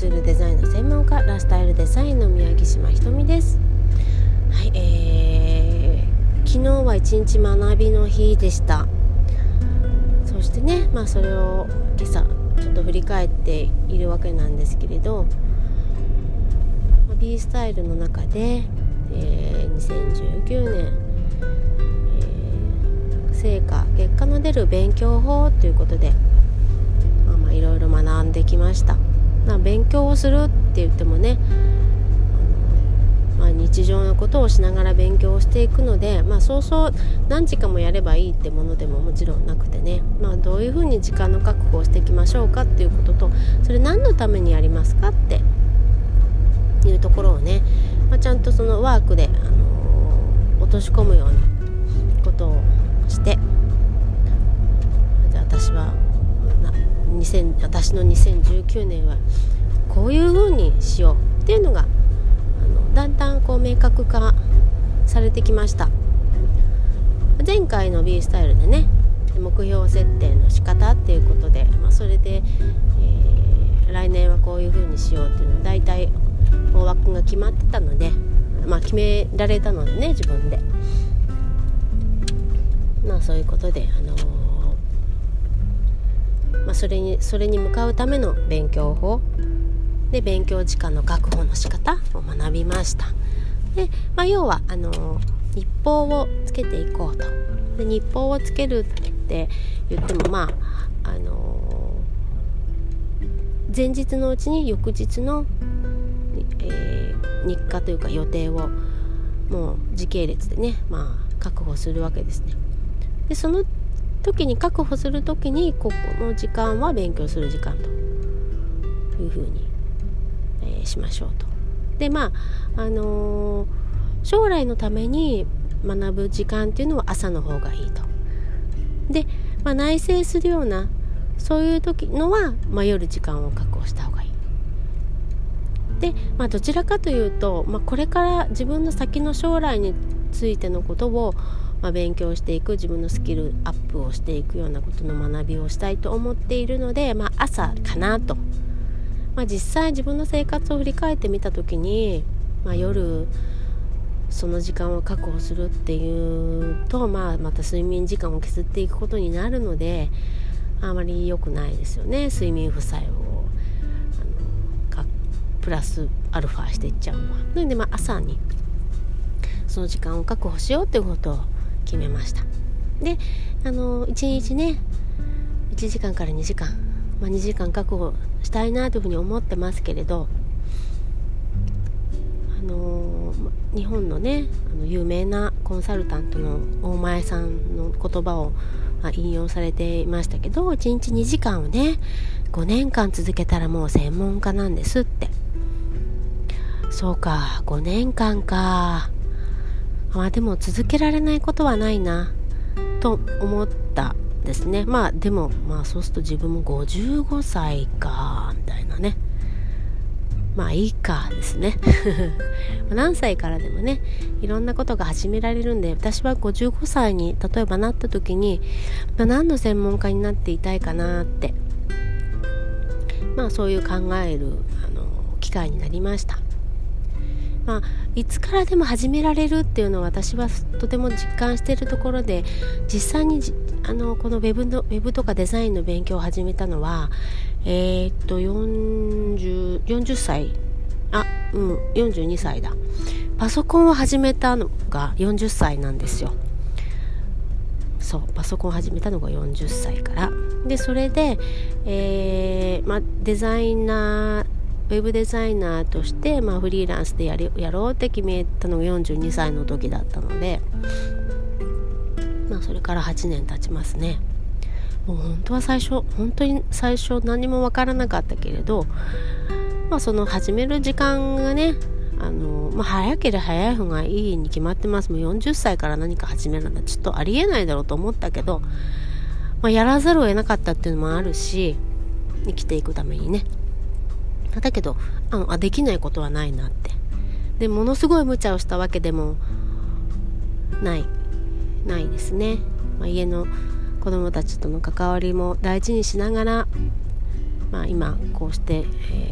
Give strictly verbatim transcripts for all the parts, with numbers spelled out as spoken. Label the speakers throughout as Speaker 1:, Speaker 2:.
Speaker 1: ツールデザインの専門家、ラスタイルデザインの宮城島ひとみです。はい、えー、昨日は一日学びの日でした。そしてね、まあ、それを今朝ちょっと振り返っているわけなんですけれど、 B スタイルの中で、えー、にせんじゅうきゅうねん、えー、成果結果の出る勉強法ということで、まあ、まあいろいろ学んできました。まあ、勉強をするって言ってもね、あの、まあ、日常のことをしながら勉強をしていくので、まあ、そうそう何時間もやればいいってものでももちろんなくてね、まあ、どういうふうに時間の確保をしていきましょうかっていうことと、それ何のためにやりますかっていうところをね、まあ、ちゃんとそのワークで、あのー、落とし込むようなことをして、じゃあ私はにせん私のにせんじゅうきゅうねんはこういう風にしようっていうのが、あのだんだんこう明確化されてきました。前回の B スタイルでね、目標設定の仕方っていうことで、まあ、それで、えー、来年はこういう風にしようっていうのをだいたい大枠が決まってたので、まあ、決められたのでね、自分で、まあそういうことで、あのーまあ、それにそれに向かうための勉強法で、勉強時間の確保の仕方を学びました。で、まあ、要はあのー、日報をつけていこうと。で、日報をつけるって言っても、まああのー、前日のうちに翌日のえー、日課というか予定をもう時系列でね、まあ、確保するわけですね。でその時に確保する時にここの時間は勉強する時間というふうに、えー、しましょうと。でまああのー、将来のために学ぶ時間っていうのは朝の方がいいと。で、まあ、内省するようなそういう時のは、まあ、夜時間を確保した方がいい。で、まあ、どちらかというと、まあ、これから自分の先の将来についてのことを、まあ、勉強していく、自分のスキルアップをしていくようなことの学びをしたいと思っているので、まあ、朝かなと、まあ、実際自分の生活を振り返ってみたときに、まあ、夜その時間を確保するっていうと、まあ、また睡眠時間を削っていくことになるので、あまり良くないですよね。睡眠負債をプラスアルファしていっちゃうのは。なので、まあ、朝にその時間を確保しようということを決めました。で、あのいちにちねいちじかんからにじかん、まあ、にじかん確保したいなというふうに思ってますけれど、あの日本のねあの有名なコンサルタントの大前さんの言葉を引用されていましたけど、いちにちにじかんをねごねんかん続けたらもう専門家なんですって。そうか、ごねんかんか。まあでも続けられないことはないなと思ったですね。まあでもまあそうすると自分もごじゅうごさいかみたいなね、まあいいかですね何歳からでもねいろんなことが始められるんで、私はごじゅうごさいに例えばなった時に、まあ、何の専門家になっていたいかなって、まあそういう考えるあの機会になりました。まあ、いつからでも始められるっていうのは私はとても実感しているところで、実際にあのこのウェブのウェブとかデザインの勉強を始めたのはえー、っとよんじゅう、よんじゅっさいあ、うん、よんじゅうにさいだ。パソコンを始めたのがよんじゅっさいなんですよ。そう、パソコンを始めたのがよんじゅっさいからで、それで、えーまあ、デザイナーウェブデザイナーとして、まあ、フリーランスでやり、やろうって決めたのがよんじゅうにさいの時だったので、まあ、それからはちねん経ちますね。もう本当は最初本当に最初何も分からなかったけれど、まあ、その始める時間がねあの、まあ、早ければ早い方がいいに決まってます。もうよんじゅっさいから何か始めるのはちょっとありえないだろうと思ったけど、まあ、やらざるを得なかったっていうのもあるし、生きていくためにね。だけど あのあできないことはないなって。でものすごい無茶をしたわけでもないないですね。まあ、家の子供たちとの関わりも大事にしながら、まあ、今こうして、えー、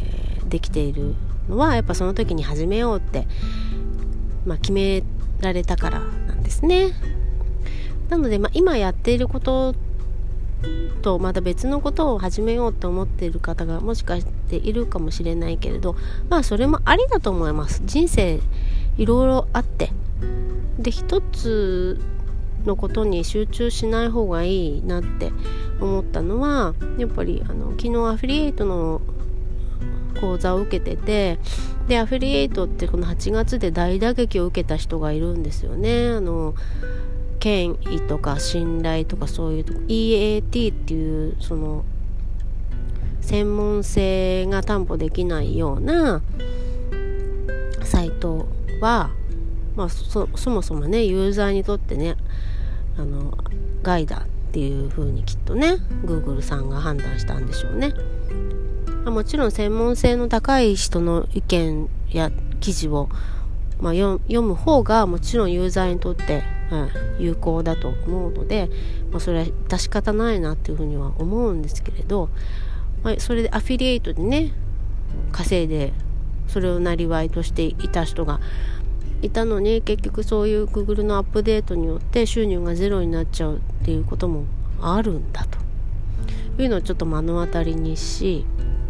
Speaker 1: できているのはやっぱその時に始めようって、まあ、決められたからなんですね。なので、まあ、今やっていることとまた別のことを始めようと思っている方がもしかしているかもしれないけれど、まあそれもありだと思います。人生いろいろあって、で一つのことに集中しない方がいいなって思ったのは、やっぱりあの昨日アフィリエイトの講座を受けてて、でアフィリエイトってこのはちがつで大打撃を受けた人がいるんですよね。あの権威とか信頼とかそういうとこ イーエーティー っていうその専門性が担保できないようなサイトは、まあ、そ, そもそもねユーザーにとってねあの害だっていう風にきっとね Google さんが判断したんでしょうね。もちろん専門性の高い人の意見や記事を、まあ、読, 読む方がもちろんユーザーにとって、うん、有効だと思うので、まあ、それは致し方ないなっていうふうには思うんですけれど、まあ、それでアフィリエイトでね稼いでそれをなりわいとしていた人がいたのに、結局そういう Google のアップデートによって収入がゼロになっちゃうっていうこともあるんだというのをちょっと目の当たりにし、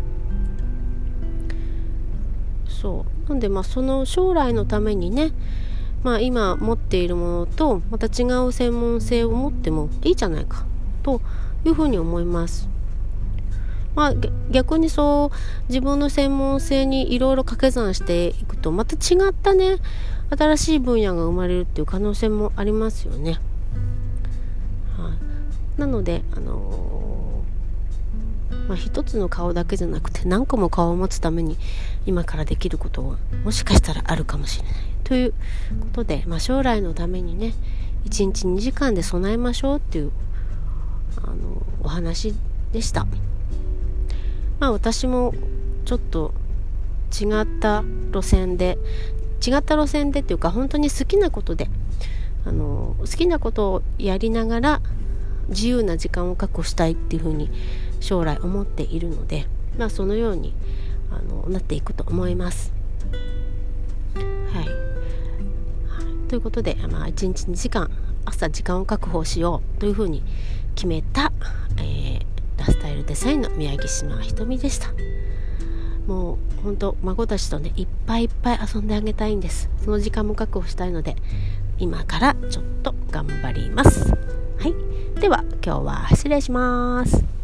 Speaker 1: そうなんで、まあその将来のためにね、まあ今持っているものとまた違う専門性を持ってもいいじゃないかというふうに思います。まあ逆にそう自分の専門性にいろいろ掛け算していくとまた違ったね新しい分野が生まれるっていう可能性もありますよね。はい、なのであのーまあ、一つの顔だけじゃなくて何個も顔を持つために今からできることはもしかしたらあるかもしれないということで、まあ、将来のためにねいちにちにじかんで備えましょうっていうあのお話でした。まあ私もちょっと違った路線で違った路線でっていうか本当に好きなことであの好きなことをやりながら自由な時間を確保したいっていうふうに将来思っているので、まあそのようにあのなっていくと思います。はい、はい、ということで、まあ、いちにちにじかん朝時間を確保しようというふうに決めた、えー、ラスタイルデザインの宮城島ひとみでした。もう本当孫たちとねいっぱいいっぱい遊んであげたいんです。その時間も確保したいので今からちょっと頑張ります。はい、では今日は失礼します。